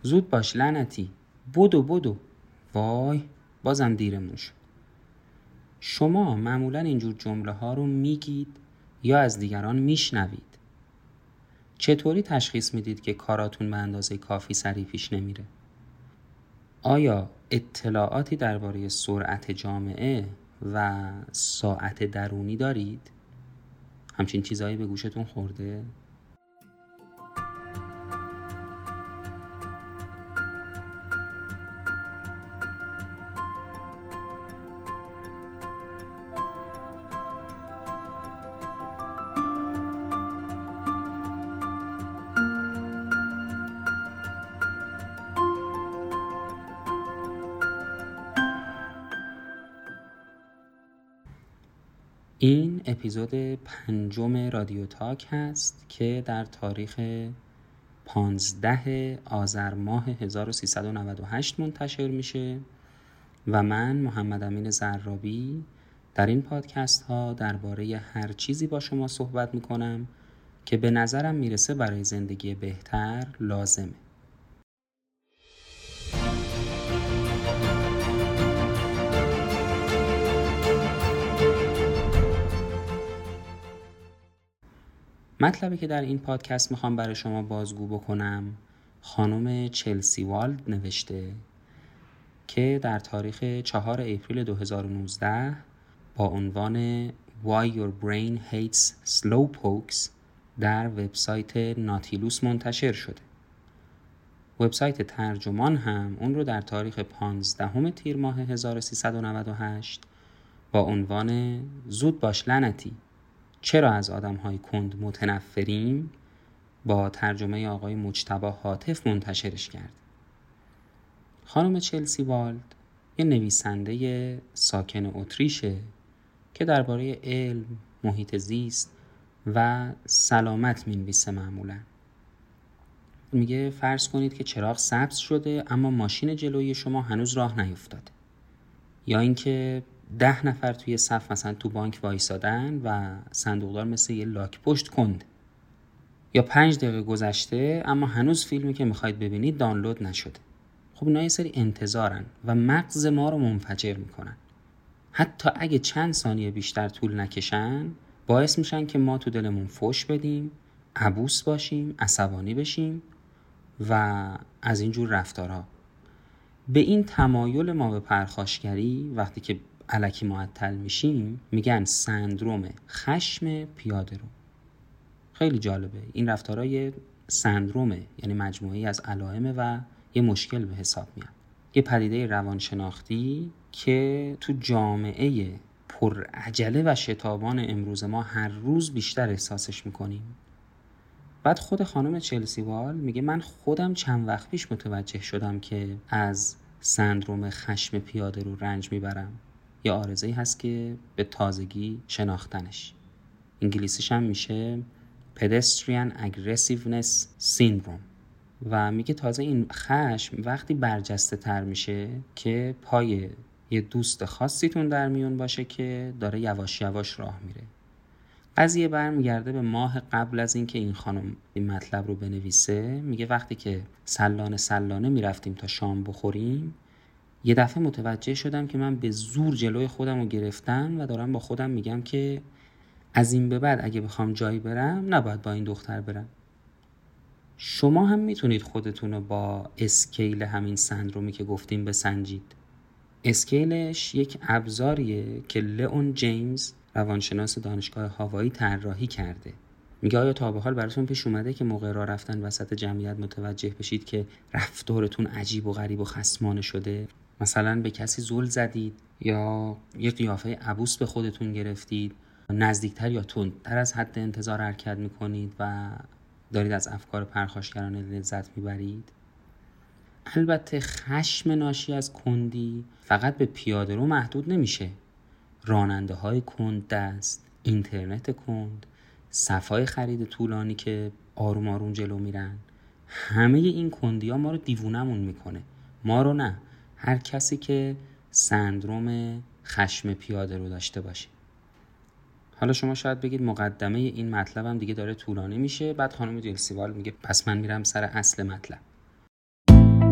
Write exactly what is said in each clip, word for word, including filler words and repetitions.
زود باش لعنتی، بدو بدو. وای بازم دیرمون شد. شما معمولا اینجور جمله ها رو میگید یا از دیگران میشنوید؟ چطوری تشخیص میدید که کاراتون به اندازه کافی سریع پیش نمیره؟ آیا اطلاعاتی درباره سرعت جامعه و ساعت درونی دارید؟ همچین چیزایی به گوشتون خورده؟ این اپیزود پنجم رادیو تاک هست که در تاریخ پانزده آذر ماه هزار و سیصد و نود و هشت منتشر میشه و من محمد امین زرابی در این پادکست ها درباره هر چیزی با شما صحبت میکنم که به نظرم میرسه برای زندگی بهتر لازمه. مطلبی که در این پادکست میخوام برای شما بازگو بکنم خانم چلسی والد نوشته که در تاریخ چهارم اپریل دو هزار و نوزده با عنوان Why Your Brain Hates Slowpokes در وبسایت ناتیلوس منتشر شده. وبسایت ترجمان هم اون رو در تاریخ پانزدهم تیر ماه هزار و سیصد و نود و هشت با عنوان زود باش لعنتی، چرا از آدم‌های کند متنفریم با ترجمه آقای مجتبی حاتف منتشرش کرد. خانم چلسی والد یه نویسنده ساکن اتریشه که درباره علم، محیط زیست و سلامت می‌نویسه. معمولاً میگه فرض کنید که چراغ سبز شده اما ماشین جلوی شما هنوز راه نیفتاده، یا اینکه ده نفر توی صف مثلا تو بانک وایسادن و صندوقدار مثل یه لاک پشت کنده، یا پنج دقیقه گذشته اما هنوز فیلمی که میخواید ببینید دانلود نشده. خب اینا یه سری انتظارن و مغز ما رو منفجر میکنن. حتی اگه چند ثانیه بیشتر طول نکشن باعث میشن که ما تو دلمون فوش بدیم، عبوس باشیم، عصبانی بشیم و از اینجور رفتارها. به این تمایل ما به پرخاشگری وقتی که الکی معطل میشیم میگن سندروم خشم پیاده رو. خیلی جالبه، این رفتارها یه سندرومه، یعنی مجموعه‌ای از علائم و یه مشکل به حساب میاد. یه پدیده روانشناختی که تو جامعه پر عجله و شتابان امروز ما هر روز بیشتر احساسش میکنیم. بعد خود خانم چلسی وال میگه من خودم چند وقت پیش متوجه شدم که از سندروم خشم پیاده رو رنج میبرم. یه عارضه‌ای هست که به تازگی شناختنش. انگلیسیش هم میشه Pedestrian Aggressiveness Syndrome و میگه تازه این خشم وقتی برجسته تر میشه که پای یه دوست خاصیتون در میون باشه که داره یواش یواش راه میره. قضیه برمیگرده به ماه قبل از اینکه این خانم این مطلب رو بنویسه. میگه وقتی که سلانه سلانه میرفتیم تا شام بخوریم یه دفعه متوجه شدم که من به زور جلوی خودم رو گرفتم و دارم با خودم میگم که از این به بعد اگه بخوام جایی برم نباید با این دختر برم. شما هم میتونید خودتون رو با اسکیل همین سندرومی که گفتیم بسنجید. اسکیلش یک ابزاریه که لئون جیمز روانشناس دانشگاه هاوایی طراحی کرده. میگه آیا تا به حال براتون پیش اومده که موقع راه رفتن وسط جمعیت متوجه بشید که رفتارتون عجیب و غریب و خصمانه شده؟ مثلا به کسی زل زدید یا یه قیافه عبوس به خودتون گرفتید، نزدیکتر یا تندتر از حد انتظار حرکت میکنید و دارید از افکار پرخاشگرانه لذت میبرید. البته خشم ناشی از کندی فقط به پیاده رو محدود نمیشه. راننده های کند دست، اینترنت کند، صفای خرید طولانی که آروم آروم جلو میرن، همه این کندی ها ما رو دیوونمون میکنه. ما رو نه، هر کسی که سندروم خشم پیاده رو داشته باشه. حالا شما شاید بگید مقدمه این مطلبم دیگه داره طولانی میشه. بعد خانم چلسی وال میگه پس من میرم سر اصل مطلب.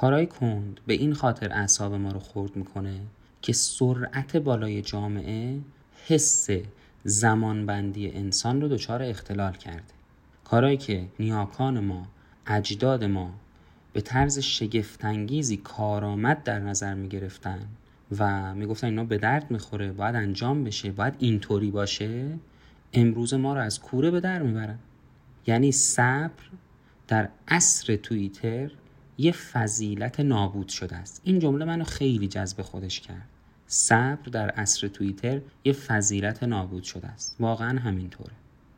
کارهای کند به این خاطر اعصاب ما رو خرد میکنه که سرعت بالای جامعه حس زمانبندی انسان رو دچار اختلال کرده. کارهایی که نیاکان ما، اجداد ما به طرز شگفت‌انگیزی کارآمد در نظر میگرفتن و میگفتن اینا به درد میخوره، باید انجام بشه، باید اینطوری باشه، امروز ما رو از کوره به در میبرن. یعنی صبر در عصر توییتر یه فضیلت نابود شده است. این جمله منو خیلی جذب خودش کرد. صبر در عصر توییتر یه فضیلت نابود شده است. واقعا همینطوره.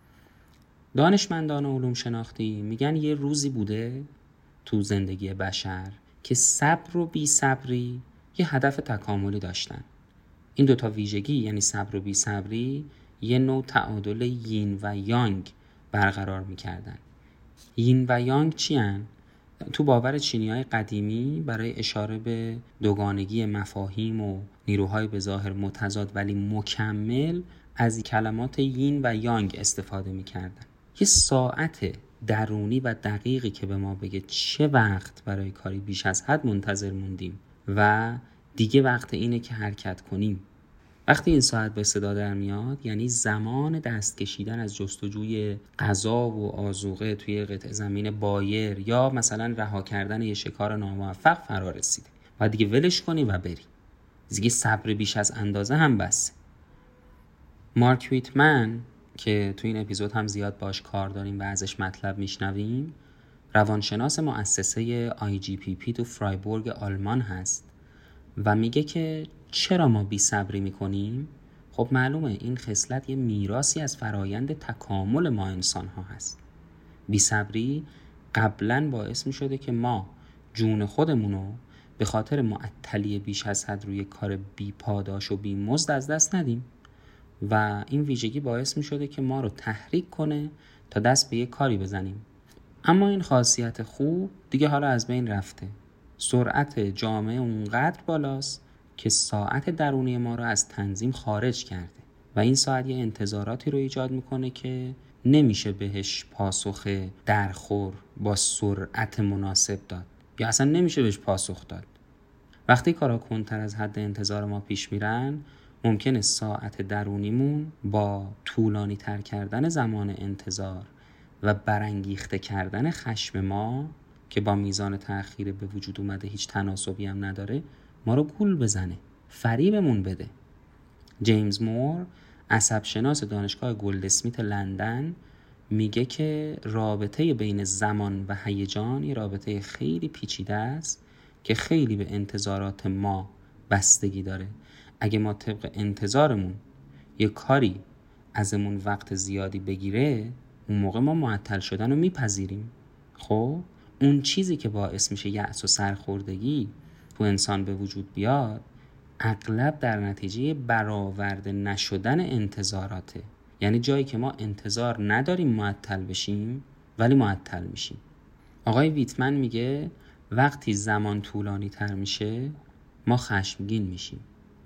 دانشمندان علوم شناختی میگن یه روزی بوده تو زندگی بشر که صبر و بی صبری یه هدف تکاملی داشتن. این دوتا ویژگی یعنی صبر و بی صبری یه نوع تعادل یین و یانگ برقرار میکردن. یین و یانگ چی هن؟ تو باور چینی‌های قدیمی برای اشاره به دوگانگی مفاهیم و نیروهای به ظاهر متضاد ولی مکمل از کلمات یین و یانگ استفاده میکردن. یه ساعت درونی و دقیقی که به ما بگه چه وقت برای کاری بیش از حد منتظر موندیم و دیگه وقت اینه که حرکت کنیم. وقتی این ساعت به صدا در میاد یعنی زمان دست کشیدن از جستجوی غذا و آذوقه توی قطع زمین بایر یا مثلا رها کردن یه شکار ناموفق فرا رسیده و دیگه ولش کنی و بری. دیگه صبر بیش از اندازه هم بس. مارک ویتمن که توی این اپیزود هم زیاد باش کار داریم و ازش مطلب میشنویم، روانشناس مؤسسه آی جی پی پی تو فرایبورگ آلمان هست و میگه که چرا ما بی صبری میکنیم؟ خب معلومه این خصلت یه میراثی از فرایند تکامل ما انسان ها هست. بی صبری قبلا باعث میشده که ما جون خودمونو به خاطر معطلی بیش از حد روی کار بی پاداش و بی مزد از دست ندیم و این ویژگی باعث میشده که ما رو تحریک کنه تا دست به یه کاری بزنیم. اما این خاصیت خوب دیگه حالا از بین رفته. سرعت جامعه اونقدر بالاست که ساعت درونی ما رو از تنظیم خارج کرده و این ساعت یه انتظاراتی رو ایجاد میکنه که نمیشه بهش پاسخ درخور با سرعت مناسب داد یا اصلا نمیشه بهش پاسخ داد. وقتی کارا کندتر از حد انتظار ما پیش میرن ممکنه ساعت درونیمون با طولانی تر کردن زمان انتظار و برانگیخته کردن خشم ما که با میزان تأخیر به وجود اومده هیچ تناسبی هم نداره ما رو گول بزنه، فریبمون بده. جیمز مور عصبشناس دانشگاه گلدسمیت لندن میگه که رابطه بین زمان و هیجان یه رابطه خیلی پیچیده است که خیلی به انتظارات ما بستگی داره. اگه ما طبق انتظارمون یه کاری ازمون وقت زیادی بگیره اون موقع ما معطل شدن رو میپذیریم. خب اون چیزی که باعث میشه یأس و سرخوردگی تو انسان به وجود بیاد اغلب در نتیجه برآورده نشدن انتظاراته. یعنی جایی که ما انتظار نداریم معطل بشیم ولی معطل میشیم. آقای ویتمن میگه وقتی زمان طولانی تر میشه ما خشمگین میشیم.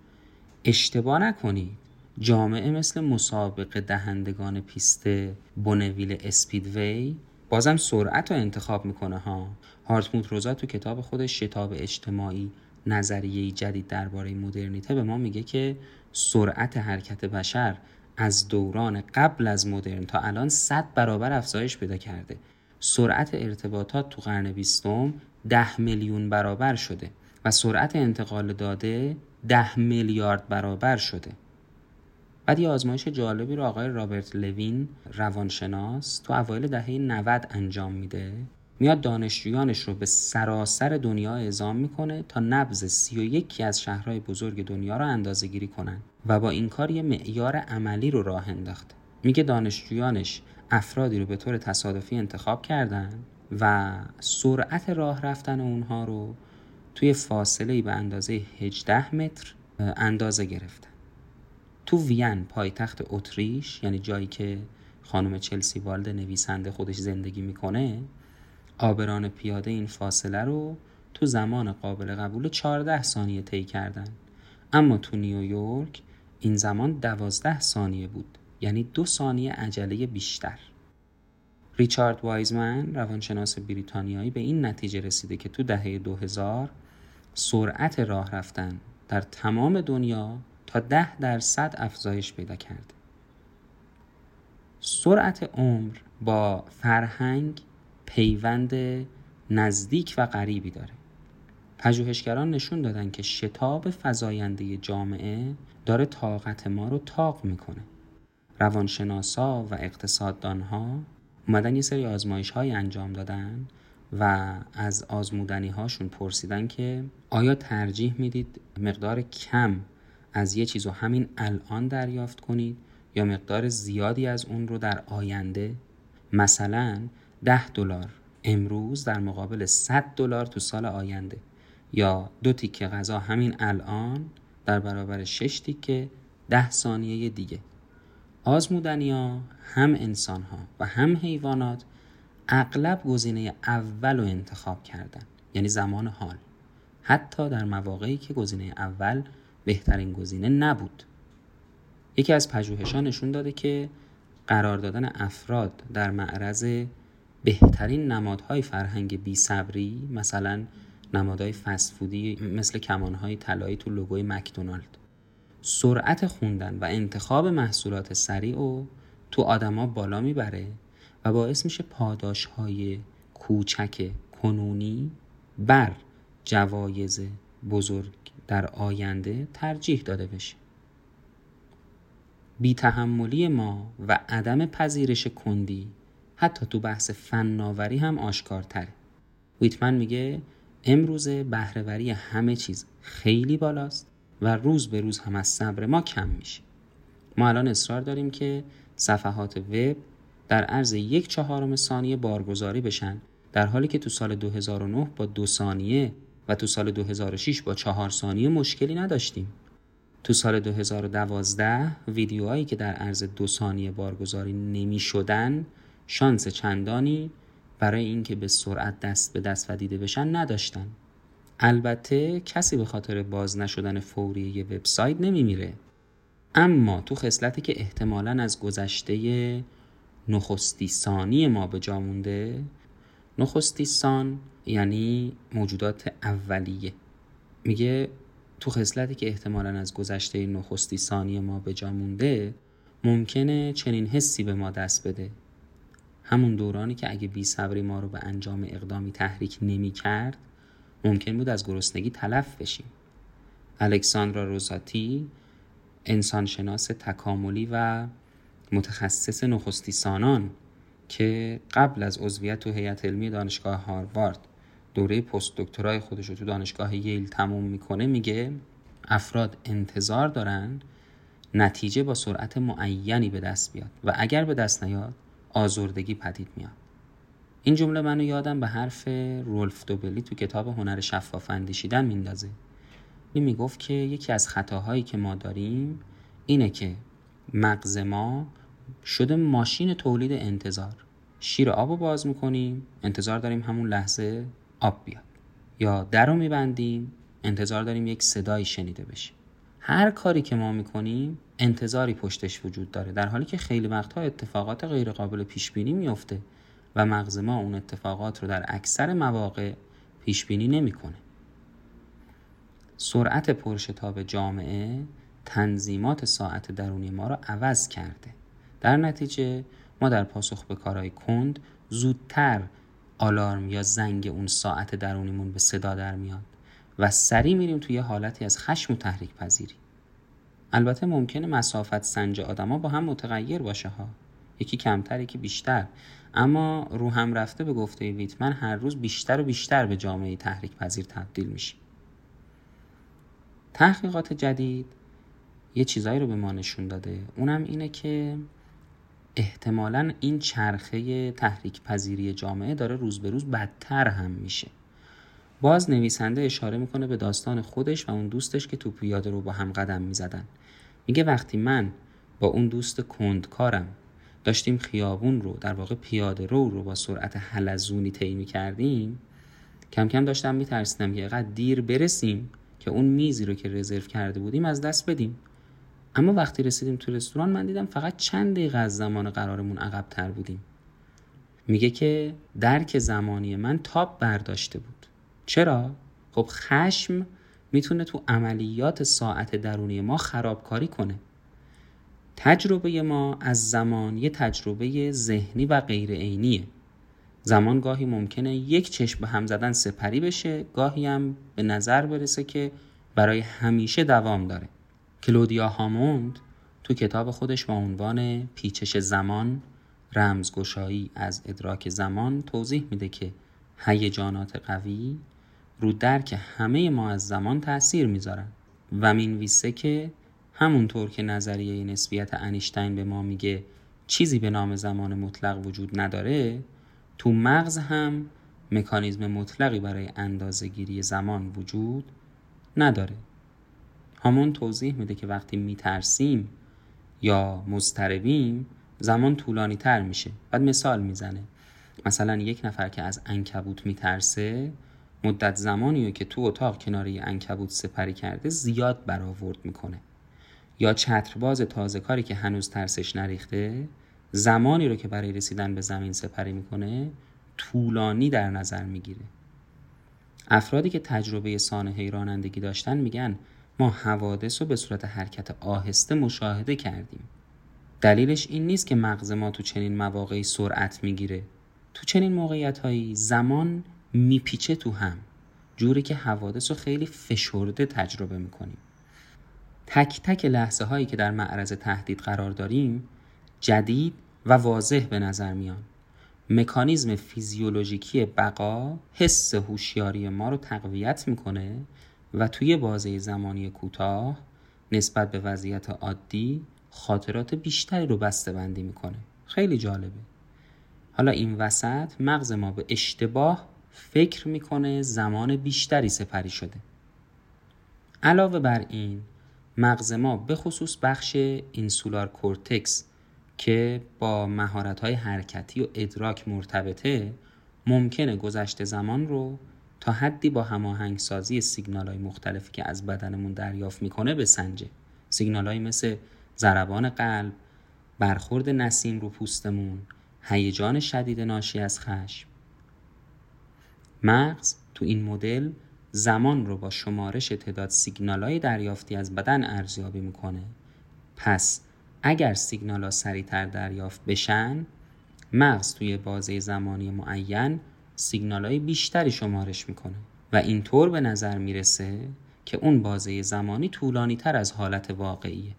اشتباه نکنید، جامعه مثل مسابقه دهندگان پیست بونویل اسپیدوی بازم سرعت رو انتخاب میکنه ها. هارتموت روزا تو کتاب خودش شتاب اجتماعی نظریه جدید درباره مدرنیته به ما میگه که سرعت حرکت بشر از دوران قبل از مدرن تا الان صد برابر افزایش پیدا کرده. سرعت ارتباطات تو قرن بیستم ده میلیون برابر شده و سرعت انتقال داده ده میلیارد برابر شده. بعد یه آزمایش جالبی رو آقای رابرت لوین روانشناس تو اوایل دهه نود انجام میده. میاد دانشجویانش رو به سراسر دنیا اعزام میکنه تا نبض سی و یکی از شهرهای بزرگ دنیا رو اندازه گیری کنن و با این کار یه معیار عملی رو راه انداخته. میگه دانشجویانش افرادی رو به طور تصادفی انتخاب کردن و سرعت راه رفتن اونها رو توی فاصله‌ای به اندازه هجده متر اندازه گرفتن. تو وین پایتخت اتریش، یعنی جایی که خانم چلسی والد نویسنده خودش زندگی میکنه، عابران پیاده این فاصله رو تو زمان قابل قبول چهارده ثانیه طی کردن. اما تو نیویورک این زمان دوازده ثانیه بود، یعنی دو ثانیه عجله بیشتر. ریچارد وایزمن روانشناس بریتانیایی به این نتیجه رسیده که تو دهه دو هزار سرعت راه رفتن در تمام دنیا تا ده درصد افزایش پیدا کرده. سرعت عمر با فرهنگ پیوند نزدیک و قریبی داره. پژوهشگران نشون دادن که شتاب فزاینده جامعه داره طاقت ما رو طاق میکنه. روانشناسا و اقتصاددانها اومدن یه سری آزمایش های انجام دادن و از آزمودنی هاشون پرسیدن که آیا ترجیح میدید مقدار کم از یه چیزو همین الان دریافت کنید یا مقدار زیادی از اون رو در آینده؟ مثلا ده دلار امروز در مقابل صد دلار تو سال آینده، یا دو تیکه غذا همین الان در برابر شش تیکه ده ثانیه دیگه. آزمودنی‌ها هم انسان‌ها و هم حیوانات اغلب گزینه اول رو انتخاب کردن، یعنی زمان حال، حتی در مواقعی که گزینه اول بهترین گزینه نبود. یکی از پژوهش‌ها نشون داده که قرار دادن افراد در معرض بهترین نمادهای فرهنگ بی‌صبری، مثلا نمادهای فست فودی مثل کمانهای طلایی تو لوگوی مکدونالد، سرعت خوندن و انتخاب محصولات سریع و تو آدما بالا میبره و باعث میشه پاداشهای کوچک کنونی بر جوایز بزرگ در آینده ترجیح داده بشه. بی‌تحملی ما و عدم پذیرش کندی حتی تو بحث فناوری هم آشکارتره. ویتمن میگه امروزه بهره‌وری همه چیز خیلی بالاست و روز به روز هم از صبر ما کم میشه. ما الان اصرار داریم که صفحات وب در عرض یک چهارم ثانیه بارگذاری بشن، در حالی که تو سال دو هزار و نه با دو ثانیه و تو سال دو هزار و شش با چهار ثانیه مشکلی نداشتیم. تو سال دو هزار و دوازده ویدیوهایی که در عرض دو ثانیه بارگذاری نمی شدن شانس چندانی برای اینکه به سرعت دست به دست و دیده بشن نداشتن. البته کسی به خاطر باز نشدن فوری یه وبسایت نمیمیره، اما تو خصلتی که احتمالاً از گذشته نخستی ثانی ما به جا مونده. نخستی ثان یعنی موجودات اولیه. میگه تو خصلتی که احتمالاً از گذشته نخستی ثانی ما به جا مونده ممکنه چنین حسی به ما دست بده. همون دورانی که اگه بی صبری ما رو به انجام اقدامی تحریک نمی کرد ممکن بود از گرسنگی تلف بشیم. الکساندرا روزاتی، انسانشناس تکاملی و متخصص نخستی سانان که قبل از عضویت تو هیئت علمی دانشگاه هاروارد دوره پست دکترای خودش رو تو دانشگاه ییل تموم میکنه، میگه افراد انتظار دارن نتیجه با سرعت معینی به دست بیاد و اگر به دست نیاد آزردگی پدید میاد. این جمله منو یادم به حرف رولف دوبلی تو کتاب هنر شفاف اندیشیدن میندازه. این میگفت که یکی از خطاهایی که ما داریم اینه که مغز ما شده ماشین تولید انتظار. شیر آبو باز میکنیم، انتظار داریم همون لحظه آب بیاد، یا در رو میبندیم، انتظار داریم یک صدایی شنیده بشه. هر کاری که ما میکنیم انتظاری پشتش وجود داره، در حالی که خیلی وقتها اتفاقات غیر قابل پیش بینی میفته و مغز ما اون اتفاقات رو در اکثر مواقع پیش بینی نمیکنه. سرعت پرشتاب جامعه تنظیمات ساعت درونی ما رو عوض کرده. در نتیجه ما در پاسخ به کارهای کند زودتر آلارم یا زنگ اون ساعت درونیمون به صدا در میاد و سریع میریم توی حالتی از خشم و تحریک پذیری. البته ممکنه مسافت سنج آدما با هم متغیر باشه ها، یکی کمتر یکی بیشتر، اما رو هم رفته به گفته ویتمن هر روز بیشتر و بیشتر به جامعه تحریک پذیر تبدیل میشه. تحقیقات جدید یه چیزایی رو به ما نشون داده، اونم اینه که احتمالاً این چرخه تحریک پذیری جامعه داره روز به روز بدتر هم میشه. باز نویسنده اشاره میکنه به داستان خودش و اون دوستش که تو پیاده رو با هم قدم میزدن. میگه وقتی من با اون دوست کندکارم داشتیم خیابون رو، در واقع پیاده رو رو با سرعت حلزونی طی میکردیم، کم کم داشتم میترسیدم که اینقدر دیر برسیم که اون میزی رو که رزرو کرده بودیم از دست بدیم. اما وقتی رسیدیم تو رستوران من دیدم فقط چند دقیقه از زمان قرارمون عقب تر بودیم. میگه که درک زمانی من تاب برداشته بود. چرا؟ خب خشم میتونه تو عملیات ساعت درونی ما خرابکاری کنه. تجربه ما از زمان یه تجربه ذهنی و غیر عینیه. زمان گاهی ممکنه یک چشم به هم زدن سپری بشه، گاهی هم به نظر برسه که برای همیشه دوام داره. کلودیا هاموند تو کتاب خودش با عنوان پیچش زمان، رمزگشایی از ادراک زمان توضیح میده که هیجانات قوی رو درک همه ما از زمان تأثیر میذارن و مینویسه که همونطور که نظریه نسبیت انیشتین به ما میگه چیزی به نام زمان مطلق وجود نداره، تو مغز هم مکانیزم مطلقی برای اندازه‌گیری زمان وجود نداره. هامون توضیح میده که وقتی میترسیم یا مضطربیم زمان طولانی تر میشه. بعد مثال میزنه، مثلا یک نفر که از عنکبوت میترسه مدت زمانی رو که تو اتاق کنار یه عنکبوت سپری کرده زیاد برآورد میکنه، یا چترباز تازه کاری که هنوز ترسش نریخته زمانی رو که برای رسیدن به زمین سپری میکنه طولانی در نظر میگیره. افرادی که تجربه سانحه رانندگی داشتن میگن ما حوادث رو به صورت حرکت آهسته مشاهده کردیم. دلیلش این نیست که مغز ما تو چنین مواقعی سرعت میگیره. تو چنین موقعیت‌هایی زمان میپیچه تو هم، جوری که حوادث رو خیلی فشرده تجربه میکنیم. تک تک لحظه هایی که در معرض تهدید قرار داریم جدید و واضح به نظر میان. مکانیزم فیزیولوژیکی بقا حس هوشیاری ما رو تقویت میکنه و توی بازه زمانی کوتاه نسبت به وضعیت عادی خاطرات بیشتری رو بسته‌بندی میکنه. خیلی جالبه. حالا این وسط مغز ما به اشتباه فکر میکنه زمان بیشتری سپری شده. علاوه بر این مغز ما به خصوص بخش اینسولار کورتکس که با مهارت‌های حرکتی و ادراک مرتبطه ممکنه گذشته زمان رو تا حدی با هماهنگسازی سیگنال‌های مختلفی که از بدنمون دریافت میکنه بسنجه. سیگنال‌هایی مثل ضربان قلب، برخورد نسیم رو پوستمون، هیجان شدید ناشی از خشم. مغز تو این مدل زمان رو با شمارش تعداد سیگنال‌های دریافتی از بدن ارزیابی میکنه. پس اگر سیگنال‌ها سریع‌تر دریافت بشن، مغز توی بازه زمانی معین سیگنال‌های بیشتری شمارش میکنه و اینطور به نظر میرسه که اون بازه زمانی طولانی تر از حالت واقعیه.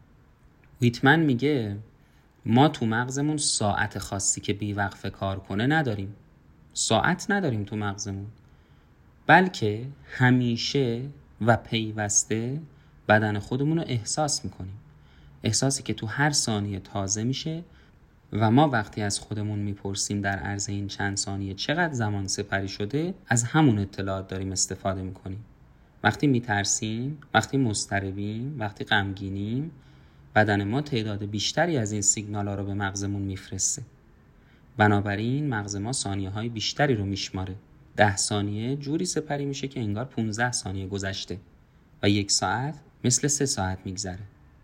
ویتمن میگه ما تو مغزمون ساعت خاصی که بیوقفه کار کنه نداریم. ساعت نداریم تو مغزمون، بلکه همیشه و پیوسته بدن خودمون رو احساس میکنیم. احساسی که تو هر ثانیه تازه میشه و ما وقتی از خودمون میپرسیم در عرض این چند ثانیه چقدر زمان سپری شده، از همون اطلاعات داریم استفاده میکنیم. وقتی میترسیم، وقتی مضطربیم، وقتی غمگینیم، بدن ما تعداد بیشتری از این سیگنال ها رو به مغزمون میفرسته. بنابراین مغز ما ثانیه های بیشتری رو میشماره. ده ثانیه جوری سپری میشه که انگار پونزده ثانیه گذشته و یک ساعت مثل سه ساعت میگذره.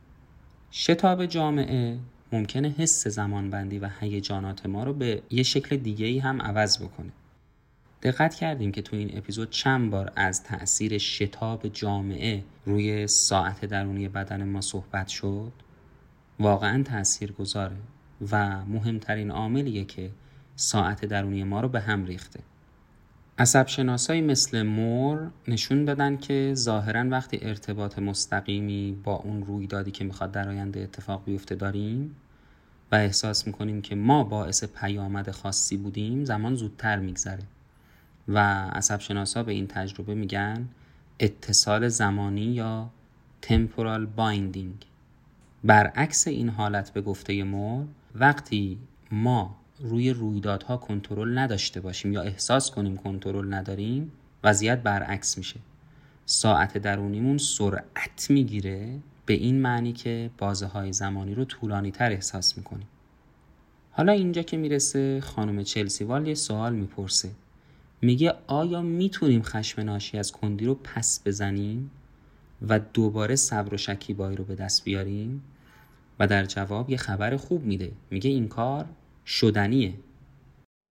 شتاب جامعه ممکنه حس زمانبندی و هیجانات ما رو به یه شکل دیگه‌ای هم عوض بکنه. دقت کردیم که تو این اپیزود چند بار از تأثیر شتاب جامعه روی ساعت درونی بدن ما صحبت شد. واقعاً تأثیرگذاره و مهمترین عاملیه که ساعت درونی ما رو به هم ریخته. عصب‌شناسایی مثل مور نشون دادن که ظاهراً وقتی ارتباط مستقیمی با اون رویدادی که میخواد در آینده اتفاق بیفته داریم و احساس میکنیم که ما باعث پیامد خاصی بودیم، زمان زودتر میگذره و عصب‌شناسا به این تجربه میگن اتصال زمانی یا temporal binding. برعکس این حالت به گفته مور، وقتی ما روی رویدادها کنترل نداشته باشیم یا احساس کنیم کنترل نداریم، وضعیت برعکس میشه. ساعت درونیمون سرعت میگیره، به این معنی که بازه های زمانی رو طولانی تر احساس میکنیم. حالا اینجا که میرسه خانم چلسی والد یه سوال میپرسه. میگه آیا میتونیم خشم ناشی از کندی رو پس بزنیم و دوباره صبر و شکیبایی رو به دست بیاریم؟ و در جواب یه خبر خوب میده. میگه این کار شدنیه.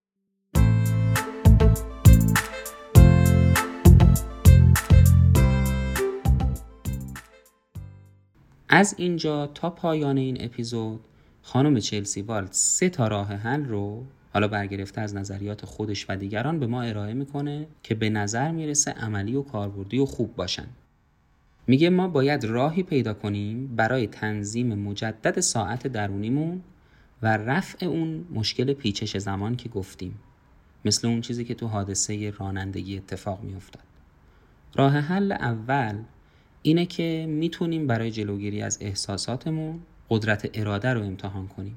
از اینجا تا پایان این اپیزود خانم چلسی والد سه تا راه حل رو حالا برگرفته از نظریات خودش و دیگران به ما ارائه میکنه که به نظر میرسه عملی و کاربردی و خوب باشن. میگه ما باید راهی پیدا کنیم برای تنظیم مجدد ساعت درونیمون و رفع اون مشکل پیچش زمان که گفتیم، مثل اون چیزی که تو حادثه رانندگی اتفاق میافتاد. راه حل اول اینه که میتونیم برای جلوگیری از احساساتمون قدرت اراده رو امتحان کنیم.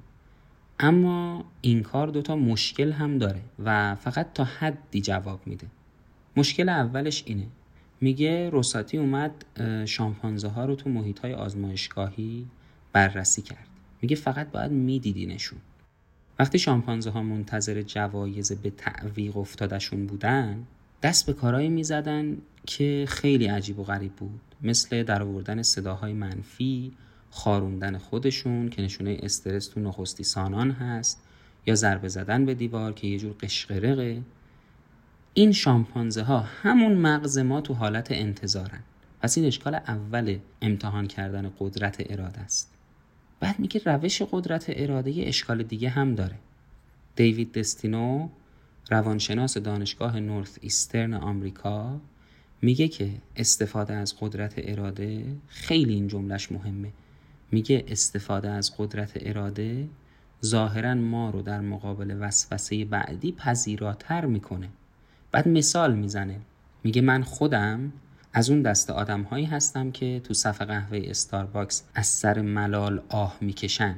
اما این کار دوتا مشکل هم داره و فقط تا حدی جواب میده. مشکل اولش اینه، میگه روساتی اومد شامپانزه ها رو تو محیط های آزمایشگاهی بررسی کرد. میگه فقط باید میدیدینشون. وقتی شامپانزه ها منتظر جوایز به تعویق افتادشون بودن، دست به کارهایی میزدن که خیلی عجیب و غریب بود، مثل در آوردن صداهای منفی، خاروندن خودشون که نشونه استرس تو نخستی سانان هست، یا ضربه زدن به دیوار که یه جور قشقرقه. این شامپانزه ها همون مغز ما تو حالت انتظارن. پس این اشکال اول امتحان کردن قدرت اراده است. بعد میگه روش قدرت اراده یه اشکال دیگه هم داره. دیوید دستینو، روانشناس دانشگاه نورث ایسترن آمریکا، میگه که استفاده از قدرت اراده خیلی این جملهش مهمه. میگه استفاده از قدرت اراده ظاهراً ما رو در مقابل وسوسه بعدی پذیراتر میکنه. بعد مثال میزنه، میگه من خودم از اون دست آدم هایی هستم که تو صف قهوه استارباکس از سر ملال آه میکشن.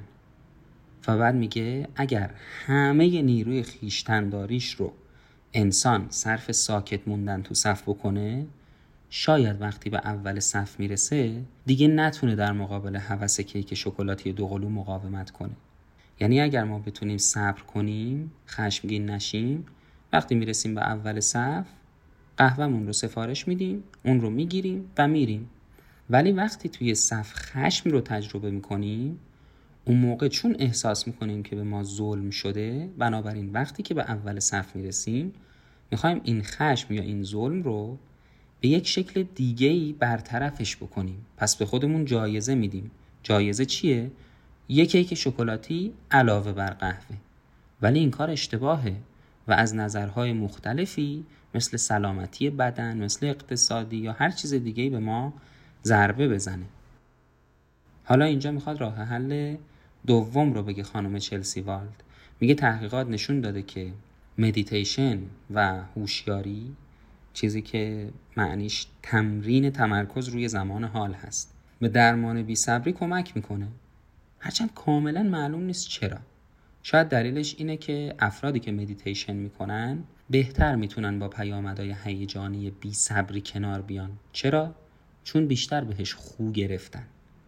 و بعد میگه اگر همه نیروی خیشتنداریش رو انسان صرف ساکت موندن تو صف بکنه، شاید وقتی به اول صف میرسه دیگه نتونه در مقابل هوس کیک شکلاتی دوقلو مقاومت کنه. یعنی اگر ما بتونیم صبر کنیم، خشمگین نشیم، وقتی میرسیم به اول صف قهوه‌مون رو سفارش میدیم، اون رو میگیریم و میریم. ولی وقتی توی صف خشم رو تجربه میکنیم، اون موقع چون احساس میکنیم که به ما ظلم شده، بنابراین وقتی که به اول صف میرسیم میخوایم این خشم یا این ظلم رو به یک شکل دیگه‌ای برطرفش بکنیم. پس به خودمون جایزه میدیم. جایزه چیه؟ یک کیک شکلاتی علاوه بر قهوه. ولی این کار اشتباهه و از نظرهای مختلفی مثل سلامتی بدن، مثل اقتصادی یا هر چیز دیگه‌ای به ما ضربه بزنه. حالا اینجا میخواد راه حل دوم رو بگه خانم چلسی والد. میگه تحقیقات نشون داده که مدیتیشن و هوشیاری، چیزی که معنیش تمرین تمرکز روی زمان حال هست، به درمان بی‌صبری کمک میکنه. هرچند کاملا معلوم نیست چرا. شاید دلیلش اینه که افرادی که مدیتیشن میکنن بهتر میتونن با پیامدهای هیجانی بی‌صبری کنار بیان. چرا؟ چون بیشتر بهش خو گرفتن.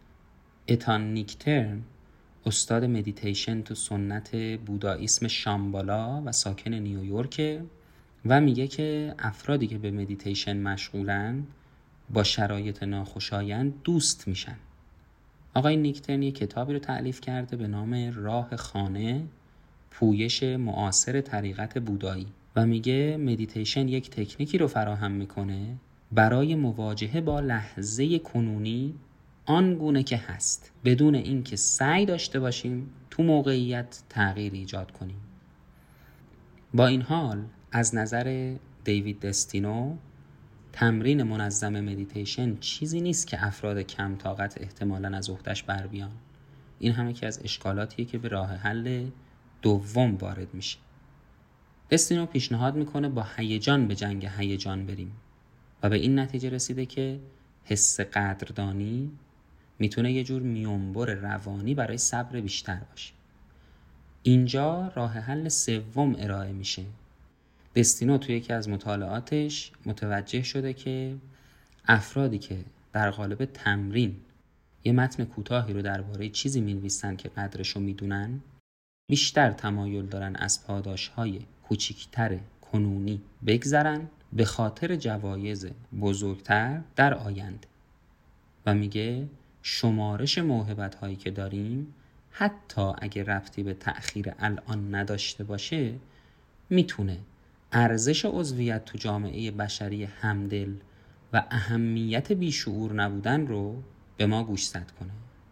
اتان نیکترن، استاد مدیتیشن تو سنت بودایسم شامبالا و ساکن نیویورک، و میگه که افرادی که به مدیتیشن مشغولن با شرایط ناخوشایند دوست میشن. آقای نیکترن یک کتابی رو تألیف کرده به نام راه خانه، پویش معاصر طریقت بودایی، و میگه مدیتیشن یک تکنیکی رو فراهم میکنه برای مواجهه با لحظه کنونی آنگونه که هست، بدون اینکه سعی داشته باشیم تو موقعیت تغییر ایجاد کنیم. با این حال از نظر دیوید دستینو، تمرین منظم مدیتیشن چیزی نیست که افراد کم طاقت احتمالاً از عهده‌اش بر بیان. این هم یکی از اشکالاتیه که به راه حل دوم وارد میشه. دستینو پیشنهاد میکنه با هیجان به جنگ هیجان بریم و به این نتیجه رسیده که حس قدردانی میتونه یه جور میونبر روانی برای صبر بیشتر باشه. اینجا راه حل سوم ارائه میشه. دستینو توی یکی از مطالعاتش متوجه شده که افرادی که در قالب تمرین یه متن کوتاهی رو درباره چیزی می‌نویسن که قدرشو میدونن، بیشتر تمایل دارن از پاداش‌های کوچیک‌تر کنونی بگذرن به خاطر جوایز بزرگتر در آینده. و میگه شمارش موهبت‌هایی که داریم حتی اگه ربطی به تأخیر الان نداشته باشه، میتونه ارزش عضویت تو جامعه بشری همدل و اهمیت بیشعور نبودن رو به ما گوشزد کنه.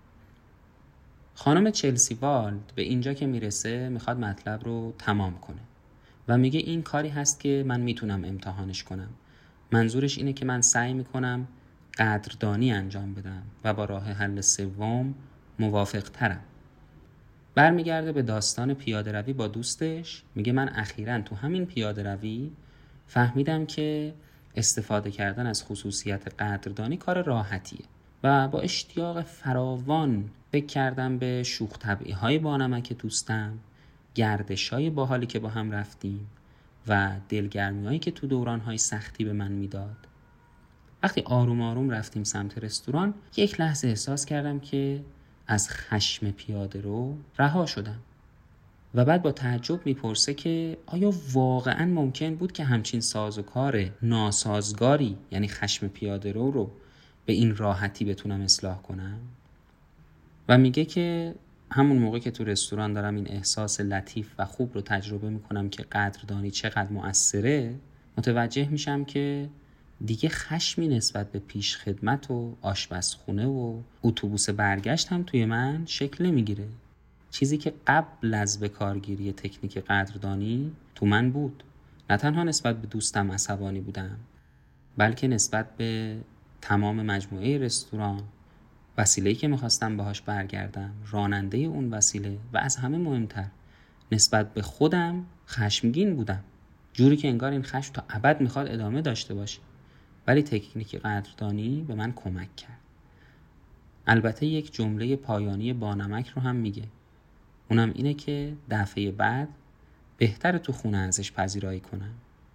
خانم چلسی والد به اینجا که میرسه میخواد مطلب رو تمام کنه و میگه این کاری هست که من میتونم امتحانش کنم. منظورش اینه که من سعی میکنم قدردانی انجام بدم و با راه حل سوم موافق ترم. برمیگرده به داستان پیاده روی با دوستش. میگه من اخیراً تو همین پیاده روی فهمیدم که استفاده کردن از خصوصیت قدردانی کار راحتیه و با اشتیاق فراوان فکر کردم به شوخ طبعی های بانمک دوستم، گردش های باحالی که با هم رفتیم و دلگرمی هایی که تو دوران های سختی به من میداد. وقتی آروم آروم رفتیم سمت رستوران، یک لحظه احساس کردم که از خشم پیاده رو رها شدم و بعد با تعجب میپرسه که آیا واقعا ممکن بود که همچین سازوکار ناسازگاری، یعنی خشم پیاده رو رو به این راحتی بتونم اصلاح کنم؟ و میگه که همون موقع که تو رستوران دارم این احساس لطیف و خوب رو تجربه میکنم که قدردانی چقدر مؤثره، متوجه میشم که دیگه خشمی نسبت به پیش خدمت و آشپزخونه و اتوبوس برگشت هم توی من شکل نمیگیره. چیزی که قبل از به کارگیری تکنیک قدردانی تو من بود. نه تنها نسبت به دوستم عصبانی بودم، بلکه نسبت به تمام مجموعه رستوران، وسیله‌ای که میخواستم باهاش برگردم، راننده اون وسیله و از همه مهمتر نسبت به خودم خشمگین بودم. جوری که انگار این خشم تا ابد میخواد ادامه داشته باشه. ولی تکنیک قدردانی به من کمک کرد. البته یک جمله پایانی بانمک رو هم میگه. اونم اینه که دفعه بعد بهتره تو خونه ازش پذیرایی کنم.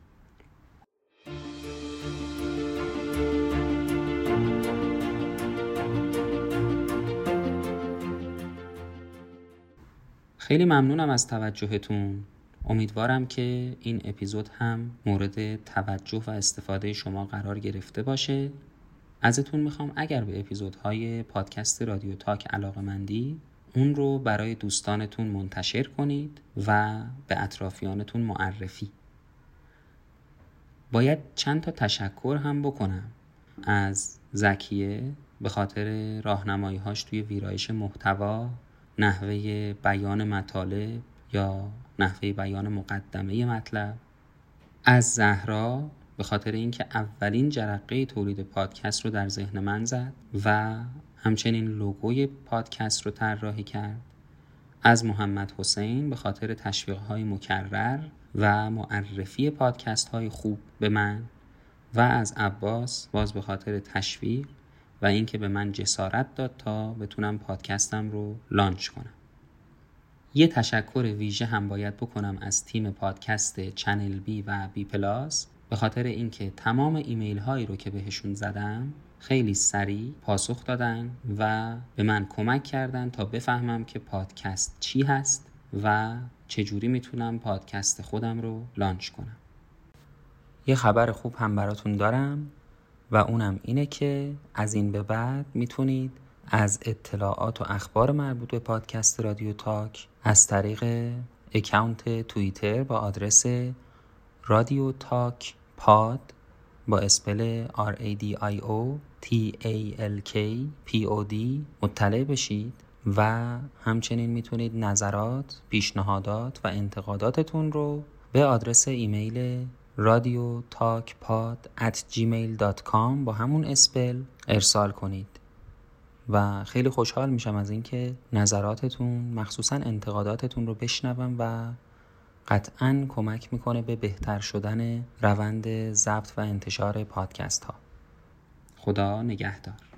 خیلی ممنونم از توجهتون. امیدوارم که این اپیزود هم مورد توجه و استفاده شما قرار گرفته باشه. ازتون میخوام اگر به اپیزودهای پادکست رادیو تاک علاقه‌مندی، اون رو برای دوستانتون منتشر کنید و به اطرافیانتون معرفی. باید چند تا تشکر هم بکنم از زکیه به خاطر راهنمایی‌هاش توی ویرایش محتوا، نحوه بیان مطالب یا نحوه بیان مقدمه مطلب، از زهرا به خاطر اینکه اولین جرقه تولید پادکست رو در ذهن من زد و همچنین لوگوی پادکست رو طراحی کرد، از محمد حسین به خاطر تشویق‌های مکرر و معرفی پادکست‌های خوب به من و از عباس باز به خاطر تشویق و اینکه به من جسارت داد تا بتونم پادکستم رو لانچ کنم. یه تشکر ویژه هم باید بکنم از تیم پادکست چنل بی و بی پلاس به خاطر اینکه تمام ایمیل هایی رو که بهشون زدم خیلی سریع پاسخ دادن و به من کمک کردن تا بفهمم که پادکست چی هست و چجوری میتونم پادکست خودم رو لانچ کنم. یه خبر خوب هم براتون دارم و اونم اینه که از این به بعد میتونید از اطلاعات و اخبار مربوط به پادکست رادیو تاک از طریق اکانت توییتر با آدرس رادیو تاک پاد با اسپل آر ای دی آی او تی ای ال کی پی او دی مطلع بشید و همچنین میتونید نظرات، پیشنهادات و انتقاداتتون رو به آدرس ایمیل رادیو تاک پاد ات جیمیل دات کام با همون اسپل ارسال کنید و خیلی خوشحال میشم از اینکه نظراتتون، مخصوصا انتقاداتتون رو بشنوم و قطعاً کمک میکنه به بهتر شدن روند ضبط و انتشار پادکست ها. خدا نگهدار.